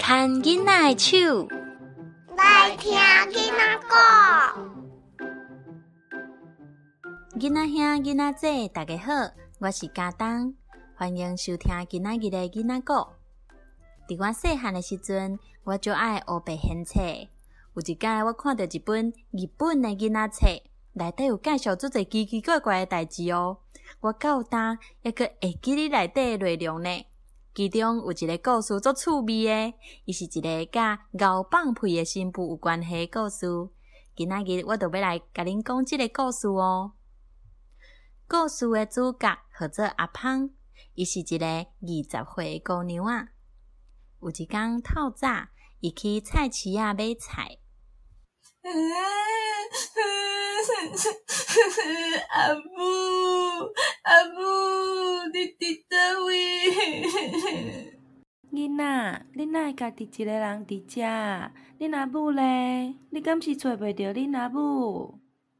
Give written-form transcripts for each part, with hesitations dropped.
牵囡仔的手， 来听囡仔讲。 囡仔兄囡仔姐大家好，我是嘉东，欢迎收听今仔日的囡仔讲。伫我细汉的时阵，我就爱学白现册。有一摆，我看到一本日本的囡仔册，内底有介绍足侪奇奇怪怪的代志哦。我到今还阁会记哩内底的内容呢。其中有一个故事足趣味的，伊是一个甲牛放屁的新妇有关系的故事。今仔日我就要来甲恁讲这个故事哦。故事的主角号做阿芳，伊是一个20岁的姑娘仔。有一天透早，伊去菜市仔买菜。 阿母，你伫倒位？囡仔，你哪会家己一个人伫遮？恁阿母咧？你敢是找袂着恁阿母？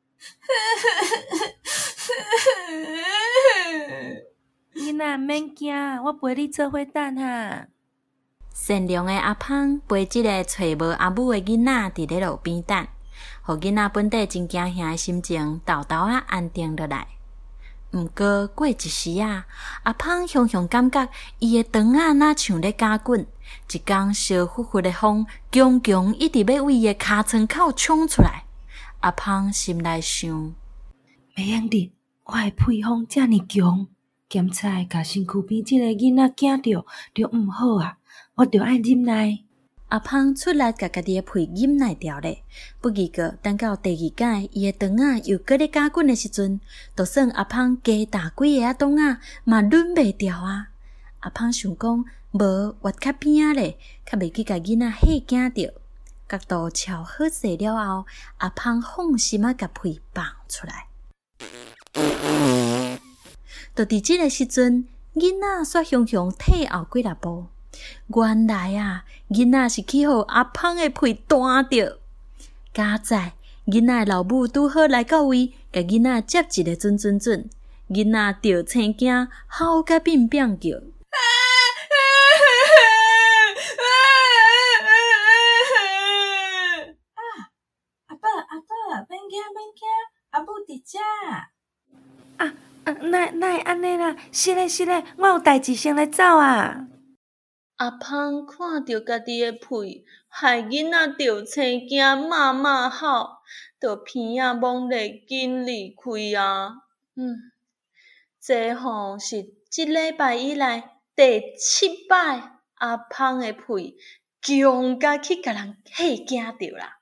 囡仔免惊，我陪你做伙等哈。 善良的阿芳陪即个找无阿母的囡仔伫咧路边等，互囡仔本底真惊吓的心情豆豆安定落来。毋过过一时阿芳常常感觉伊的肠若像咧加滚，一天烧乎乎的风强强一直要为伊的尻川口冲出来。阿芳心内想： 袂用得，我的屁风遮尔强，咸菜甲身躯边即个囡仔惊着，就毋好啊！我着爱忍耐。 阿芳出力甲家己的屁忍耐掉咧，不过等到第二摆，伊的肠又搁咧加滚的时阵，就算阿芳加大几个洞嘛忍袂掉啊！阿芳想讲，无越较边咧，较袂去甲囡仔吓惊着。角度调好势了后，阿芳放心甲屁放出来。就伫即个时阵，囡仔煞雄雄退后几粒步。原来囡仔是去互阿芳的屁弹着。加在囡仔的老母拄好来到位，甲囡仔接一个准，囡仔着青惊，嚎甲变变叫。 阿伯，免惊，阿母伫遮。哪会安尼啦？是咧，我有代志先来走啊。 阿芳看着家己的屁，害囡仔着青惊，骂吼，着鼻摸咧紧离开啊。这是即礼拜以来第7摆阿芳的屁强甲去甲人吓惊着啦。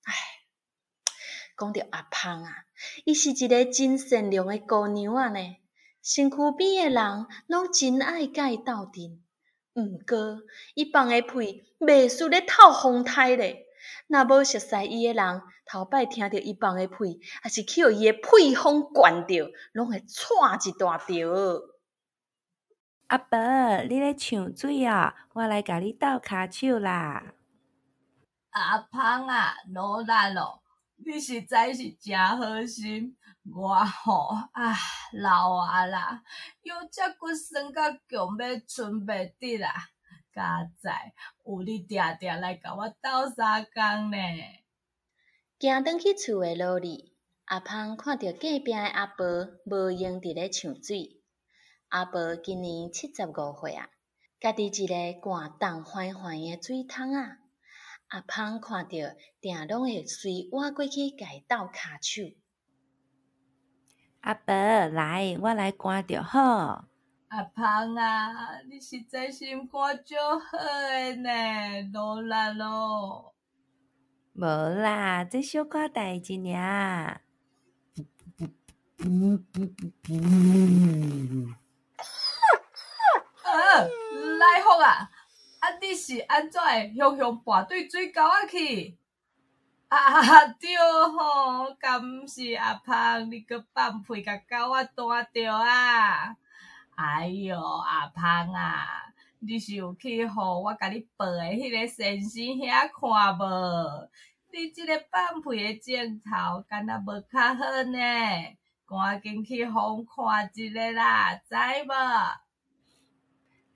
讲到阿芳伊是一个真善良的姑娘呢，身躯边的人拢真爱甲伊斗阵。毋过，伊放的屁袂输咧透风台咧。若无熟悉伊的人，头摆听着伊放的屁，还是去互伊的屁风灌着，拢会喘一大条。 阿伯，你咧呛水啊？我来甲你斗骹手啦。 阿芳老力咯，你实在是真好心。我老啦，腰脊骨酸甲强要剩袂得啦。加在有你定定来甲我斗相共呢。 行转去厝的路里，阿芳看到隔壁的阿婆无用伫咧呛水。阿婆今年75岁家己一个寒冻欢的水桶阿芳看到定拢会随我过去甲伊斗骹手。 阿伯，来，我来赶着好。 阿芳你实在心肝足好诶呢，老力咯。 无啦，这小可代志尔。 来福你是安怎会雄雄跋对水沟去？对吼，敢毋是阿芳，你搁放屁甲狗弹着哎哟，阿芳你是有去互我甲你报诶迄个先生遐看无？你即个放屁诶镜头，敢若无较好呢？赶紧去互看一个啦，知无？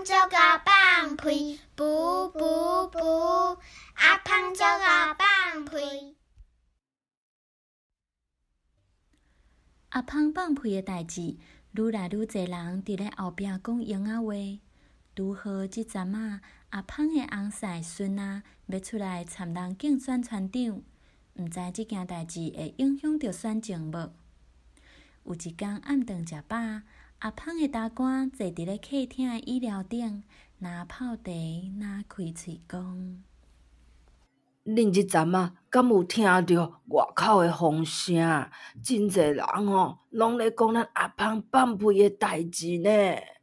胖做個放屁，噗噗噗，阿胖做個放屁。 阿芳放屁的代志，愈来愈侪人伫咧后壁讲闲仔话。拄好即阵啊，阿芳的翁婿孙啊，要出来参人竞选村长，毋知即件代志会影响到选情无？有一天暗顿食饱，阿芳的大官坐伫咧客厅的椅料顶，若泡茶，若开喙讲： 恁即阵啊，敢有听到外口的风声？真侪人拢咧讲咱阿芳放屁的代志呢。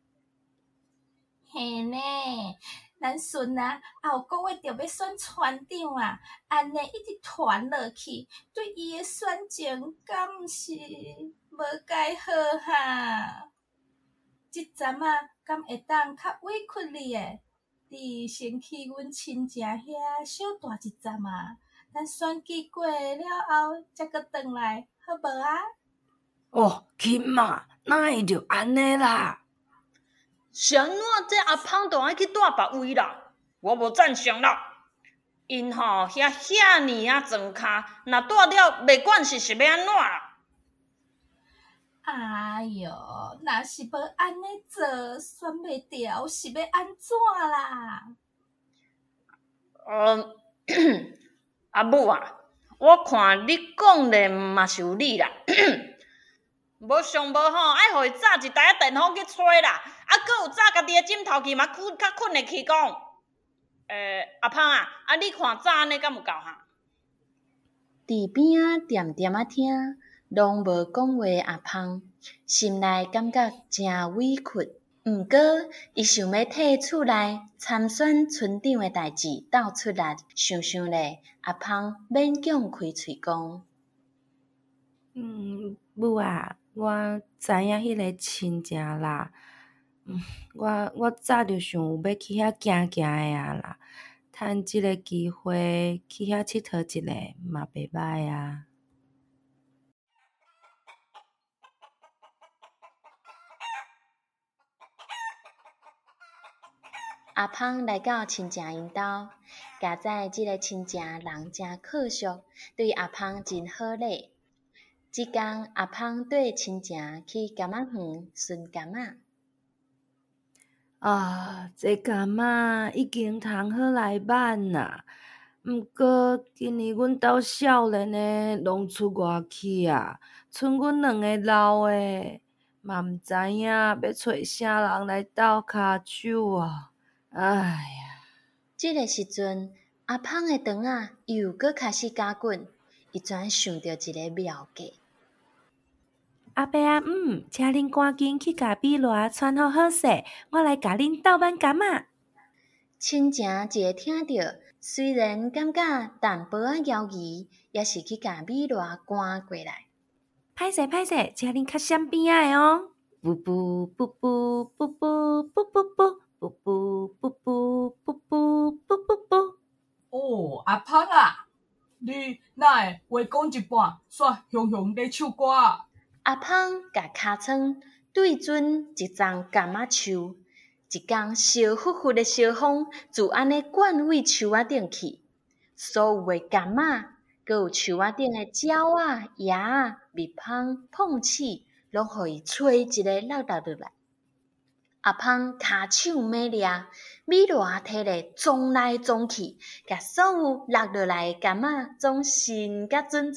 嘿呢，咱孙啊，也有讲话着要选村长啊，安尼一直传落去，对伊的选情敢毋是无介好哈？即阵啊，敢会当较委屈你诶？你先去阮亲戚遐小大一阵啊，等选举过了后，才阁转来，好无啊？ 哦，亲嘛，哪会着安尼啦？ 是安怎这阿芳都爱去住别位啦？我无赞成啦。因遐尼啊庄骹，若住了，袂管是要安怎啦。 哎哟，若是无安尼做，选袂着是要安怎啦？ 阿母啊，我看你讲的嘛是有理啦。无上无爱互伊早一台电风去吹啦，搁有早家己的枕头去嘛较困会去讲。阿芳啊，你看早安尼敢有够哈？ 伫边仔点点啊听，拢无讲话的阿芳，心内感觉真委屈。毋过，伊想要替厝内参选村长的代志斗出力，想想咧，阿芳勉强开喙讲： 母啊，我知影迄个亲戚啦。我早就想有要去遐行行的啊啦，趁即个机会去遐佚佗一下嘛袂歹啊。 阿芳来到亲戚因兜，加在即个亲戚人真可惜，对阿芳真好咧。即天阿芳缀亲戚去柑仔园寻柑仔。 这柑仔已经通好来挽啦，毋过今年阮兜少年的拢出外去啊，剩阮两个老的，嘛毋知影要找啥人来斗骹手啊。哎呀！ 即个时阵，阿芳的肠仔又搁开始加滚，伊转想到一个妙计。 阿伯阿姆，请恁赶紧去甲米罗穿好好势，我来甲恁斗挽柑仔。 亲情一个听着，虽然感觉淡薄仔犹豫，也是去甲米罗赶过来。 歹势，请恁较闪边仔的哦。布布布布布布布布布。布布布布布布布布布。 哦，阿芳啊，你哪会话讲一半，煞雄雄咧唱歌？ 阿芳甲尻川对准一丛柑仔树，一天烧乎乎的烧风就安尼灌位树仔顶去，所有的柑仔，佮有树仔顶的鸟仔、叶仔、蜜蜂、碰刺，拢互伊吹一个落落来。阿芳骹手猛掠，米罗摕咧撞来撞去，甲所有落落来的柑仔总神甲准。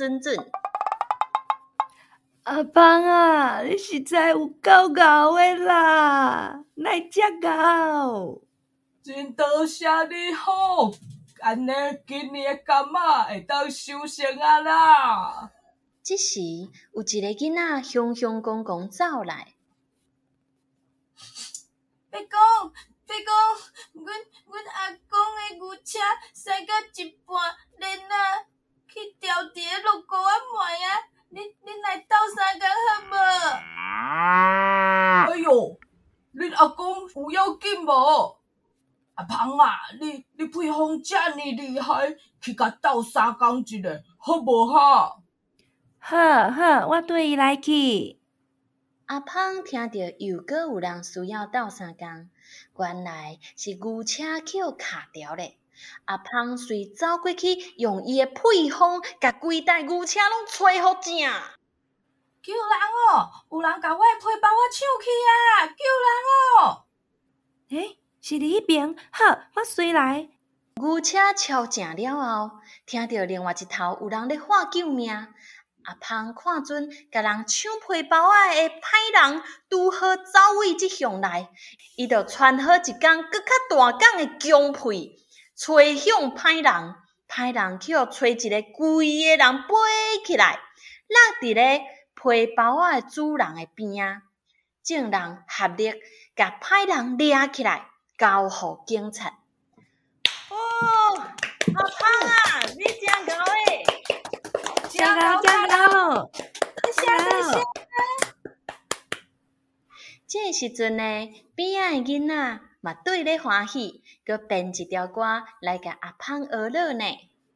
阿芳啊，你实在有够牛的啦，哪会遮牛？ 真多谢你好，安尼今年的柑仔会当收成啊啦！ 这时有一个囡仔雄雄公公走来。 阮阿公的牛车驶到一半，然后去掉伫咧路沟仔卖啊！恁来斗相共好无？ 哎哟，恁阿公有要紧无？阿芳啊，你配方遮尔厉害，去甲斗相共一下，好无哈？ 好，我对伊来去。 阿芳听到又搁有人需要斗相共，原来是牛车扣卡掉咧。阿芳遂走过去，用伊的屁风，甲规台牛车拢吹好正。 救人哦！有人甲我的皮包我抢去啊！救人哦！ 是伫迄边，好，我随来。 牛车超正了后，听到另外一头有人咧喊救命。阿芳看准甲人抢皮包仔的歹人拄好走位即向来，伊就穿好一根搁较大根的姜皮，吹向歹人。歹人去互吹一个规个人飞起来，落伫咧皮包仔的主人的边啊！众人合力甲歹人掠起来，交互警察。哦，阿芳啊，你真高诶！ 加油加油！ 这时阵呢，边仔的囡仔嘛对咧欢喜，佮编一条歌来甲阿芳学乐呢。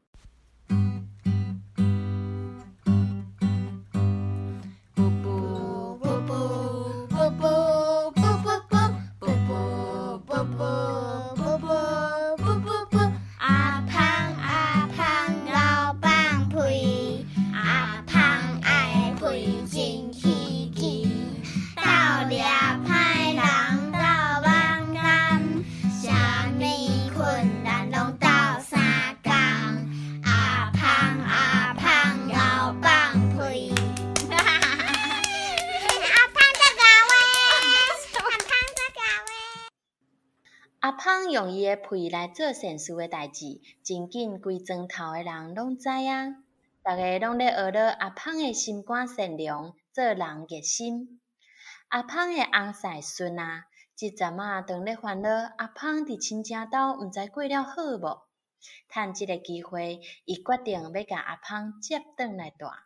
阿芳用伊的屁来做善事的代志，真紧规庄头的人拢知影。大家拢咧学乐阿芳的心肝善良，做人热心。阿芳的翁婿孙啊，即阵啊当咧烦恼阿芳伫亲情兜毋知过了好无？趁即个机会，伊决定要甲阿芳接转来住。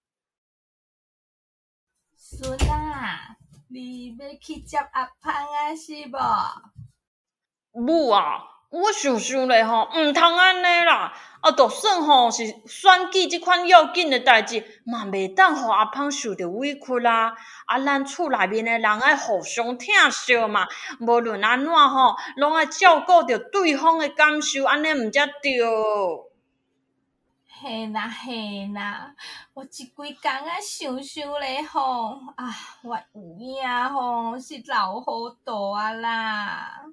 孙啊，你要去接阿芳啊是无？ 母啊，我想咧吼，毋通安尼啦。就算吼是选举即款要紧的代志，嘛袂当互阿芳受着委屈啦。咱厝内面的人爱互相疼惜嘛，无论安怎吼，拢爱照顾着对方的感受，安尼毋才对。 嘿啦，我即几工啊想咧吼，我有影吼是老糊涂啊啦。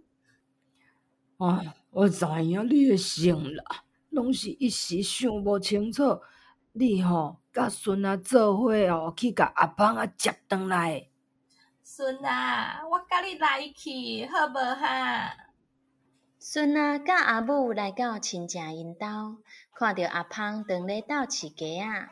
我知影你的性啦，拢是一时想无清楚。你甲孙啊做伙去甲阿芳啊接转来。 孙啊，我甲你来去好无哈？ 孙啊，甲阿母来到亲情因兜，看到阿芳当咧斗饲鸡啊。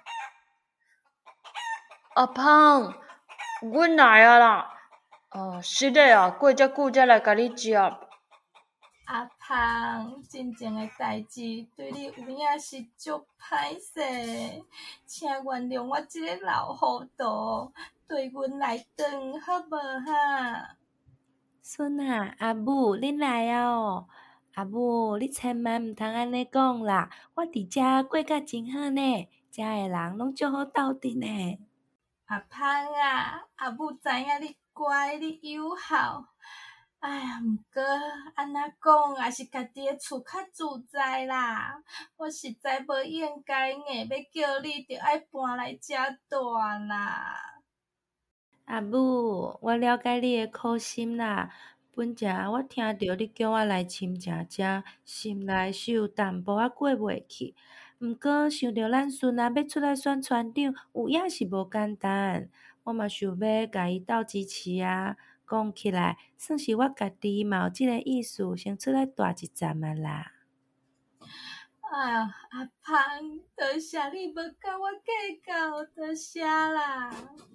阿芳，阮来啊啦！是的啊，过遮久才来甲你接。 阿芳，真正的代志对你有影是足歹势，请原谅我即个老糊涂，对阮来转好无哈？ 孙啊，阿母，恁来啊哦！阿母，你千万毋通安尼讲啦，我伫遮过甲真好呢，遮的人拢足好斗阵呢。 阿芳啊，阿母知影你乖，你友好。毋过安怎讲也是家己的厝较自在啦。我实在无应该硬要叫你，着爱搬来遮住啦。 阿母，我了解你的苦心啦。本正我听到你叫我来亲情遮，心内是有淡薄仔过袂去。毋过想到咱孙啊要出来选村长，有影是无简单。我嘛想要甲伊斗支持啊。讲起来，算是我家己嘛有即个意思，先出来大一站啊啦。 阿芳，多谢你无甲我计较，多谢啦。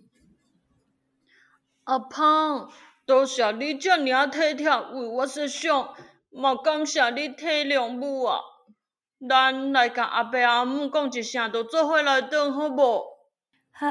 阿芳，多谢你遮尔体贴为我设想，嘛感谢你体谅母啊。咱来甲阿伯阿母讲一声，就做伙来转好无？ 好。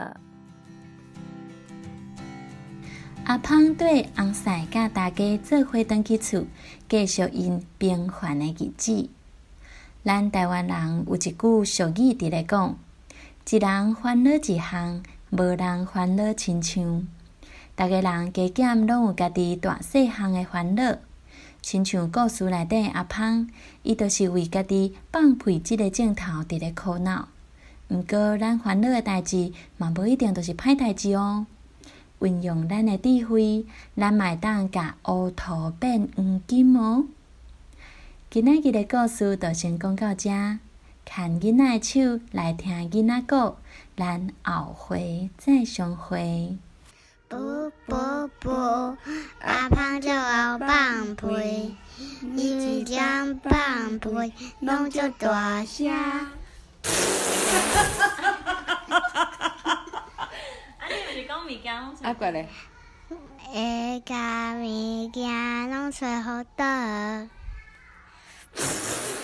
阿芳对翁婿甲大家做伙返去厝，继续因平凡的日子。咱台湾人有一句俗语伫咧讲：一人烦恼一项，无人烦恼亲像。 逐个人加减拢有家己大细项的烦恼，亲像故事内底阿芳，伊就是为家己放屁即个镜头伫咧苦恼。毋过，咱烦恼的代志嘛无一定就是歹代志哦。运用咱的智慧，咱嘛会当甲乌土变黄金哦。今仔日的故事就先讲到这，牵囡仔的手来听囡仔讲，咱后回再相会。 不不不，阿胖就要放屁，伊将放屁弄就大声。 你讲物件拢啊，过来。 会甲物件拢找好倒。